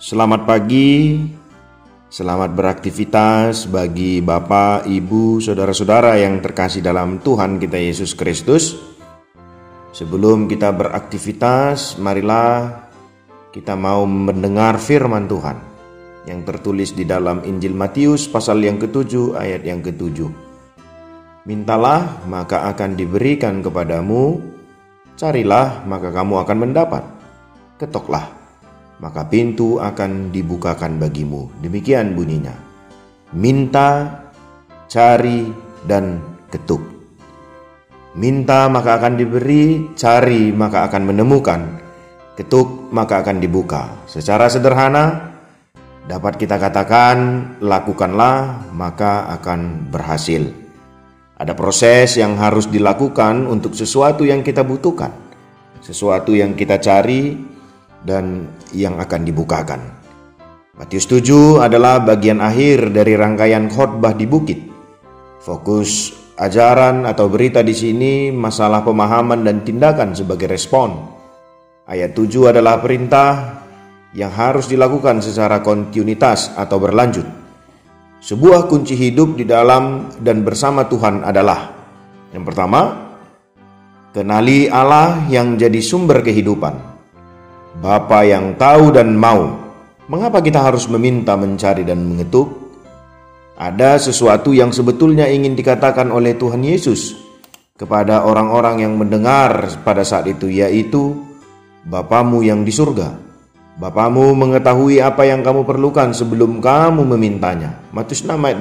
Selamat pagi, selamat beraktivitas bagi Bapak, Ibu, Saudara-saudara yang terkasih dalam Tuhan kita Yesus Kristus. Sebelum kita beraktivitas, marilah kita mau mendengar firman Tuhan yang tertulis di dalam Injil Matius pasal yang ke-7 ayat yang ke-7. Mintalah maka akan diberikan kepadamu, carilah maka kamu akan mendapat, ketoklah maka pintu akan dibukakan bagimu. Demikian bunyinya. Minta, cari, dan ketuk. Minta maka akan diberi, cari maka akan menemukan, ketuk maka akan dibuka. Secara sederhana dapat kita katakan, lakukanlah maka akan berhasil. Ada proses yang harus dilakukan untuk sesuatu yang kita butuhkan, sesuatu yang kita cari, dan yang akan dibukakan. Matius 7 adalah bagian akhir dari rangkaian khotbah di bukit. Fokus ajaran atau berita di sini masalah pemahaman dan tindakan sebagai respon. Ayat 7 adalah perintah yang harus dilakukan secara kontinuitas atau berlanjut. Sebuah kunci hidup di dalam dan bersama Tuhan adalah: yang pertama, kenali Allah yang jadi sumber kehidupan, Bapa yang tahu dan mau. Mengapa kita harus meminta, mencari, dan mengetuk? Ada sesuatu yang sebetulnya ingin dikatakan oleh Tuhan Yesus kepada orang-orang yang mendengar pada saat itu, yaitu Bapamu yang di surga. Bapamu mengetahui apa yang kamu perlukan sebelum kamu memintanya. Matius 6 ayat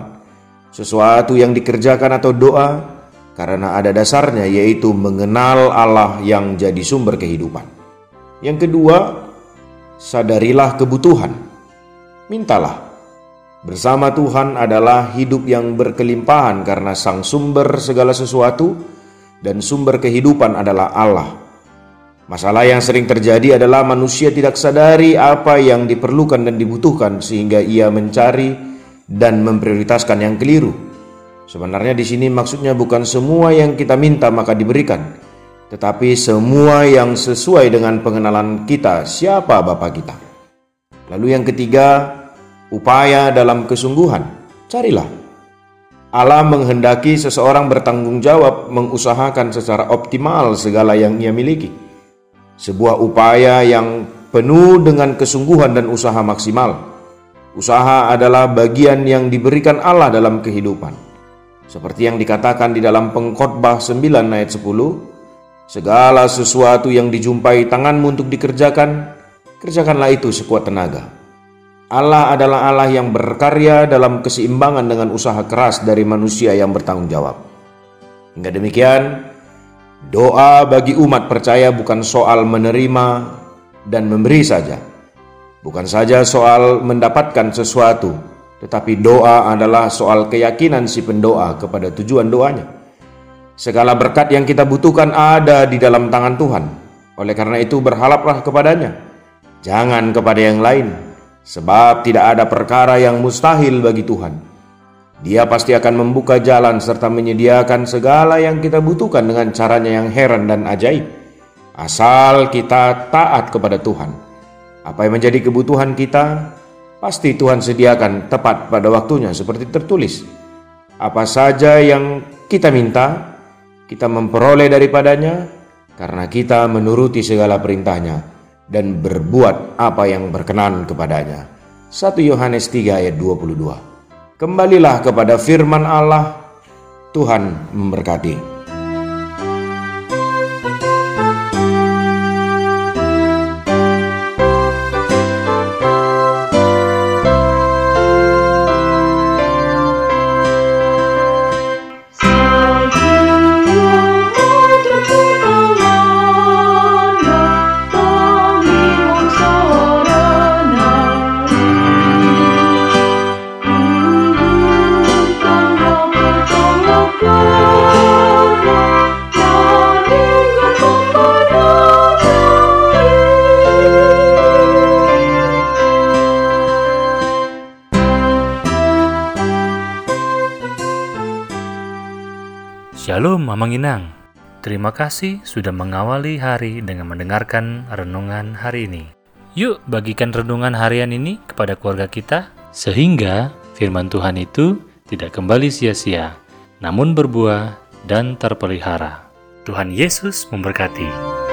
8. Sesuatu yang dikerjakan atau doa karena ada dasarnya, yaitu mengenal Allah yang jadi sumber kehidupan. Yang kedua, sadarilah kebutuhan. Mintalah. Bersama Tuhan adalah hidup yang berkelimpahan karena sang sumber segala sesuatu dan sumber kehidupan adalah Allah. Masalah yang sering terjadi adalah manusia tidak sadari apa yang diperlukan dan dibutuhkan sehingga ia mencari dan memprioritaskan yang keliru. Sebenarnya di sini maksudnya bukan semua yang kita minta maka diberikan, tetapi semua yang sesuai dengan pengenalan kita siapa Bapa kita. Lalu yang ketiga, upaya dalam kesungguhan. Carilah. Allah menghendaki seseorang bertanggung jawab mengusahakan secara optimal segala yang ia miliki. Sebuah upaya yang penuh dengan kesungguhan dan usaha maksimal. Usaha adalah bagian yang diberikan Allah dalam kehidupan. Seperti yang dikatakan di dalam Pengkhotbah 9 ayat 10, segala sesuatu yang dijumpai tanganmu untuk dikerjakan, kerjakanlah itu sekuat tenaga. Allah adalah Allah yang berkarya dalam keseimbangan dengan usaha keras dari manusia yang bertanggung jawab. Hingga demikian, doa bagi umat percaya bukan soal menerima dan memberi saja. Bukan saja soal mendapatkan sesuatu, tetapi doa adalah soal keyakinan si pendoa kepada tujuan doanya. Segala berkat yang kita butuhkan ada di dalam tangan Tuhan. Oleh karena itu berharaplah kepadanya, jangan kepada yang lain, sebab tidak ada perkara yang mustahil bagi Tuhan. Dia pasti akan membuka jalan serta menyediakan segala yang kita butuhkan dengan caranya yang heran dan ajaib, asal kita taat kepada Tuhan. Apa yang menjadi kebutuhan kita, pasti Tuhan sediakan tepat pada waktunya seperti tertulis. Apa saja yang kita minta, kita memperoleh daripadanya karena kita menuruti segala perintahnya dan berbuat apa yang berkenan kepadanya. 1 Yohanes 3 ayat 22. Kembalilah kepada firman Allah. Tuhan memberkati. Shalom Mamang Inang. Terima kasih sudah mengawali hari dengan mendengarkan renungan hari ini. Yuk bagikan renungan harian ini kepada keluarga kita, sehingga firman Tuhan itu tidak kembali sia-sia, namun berbuah dan terpelihara. Tuhan Yesus memberkati.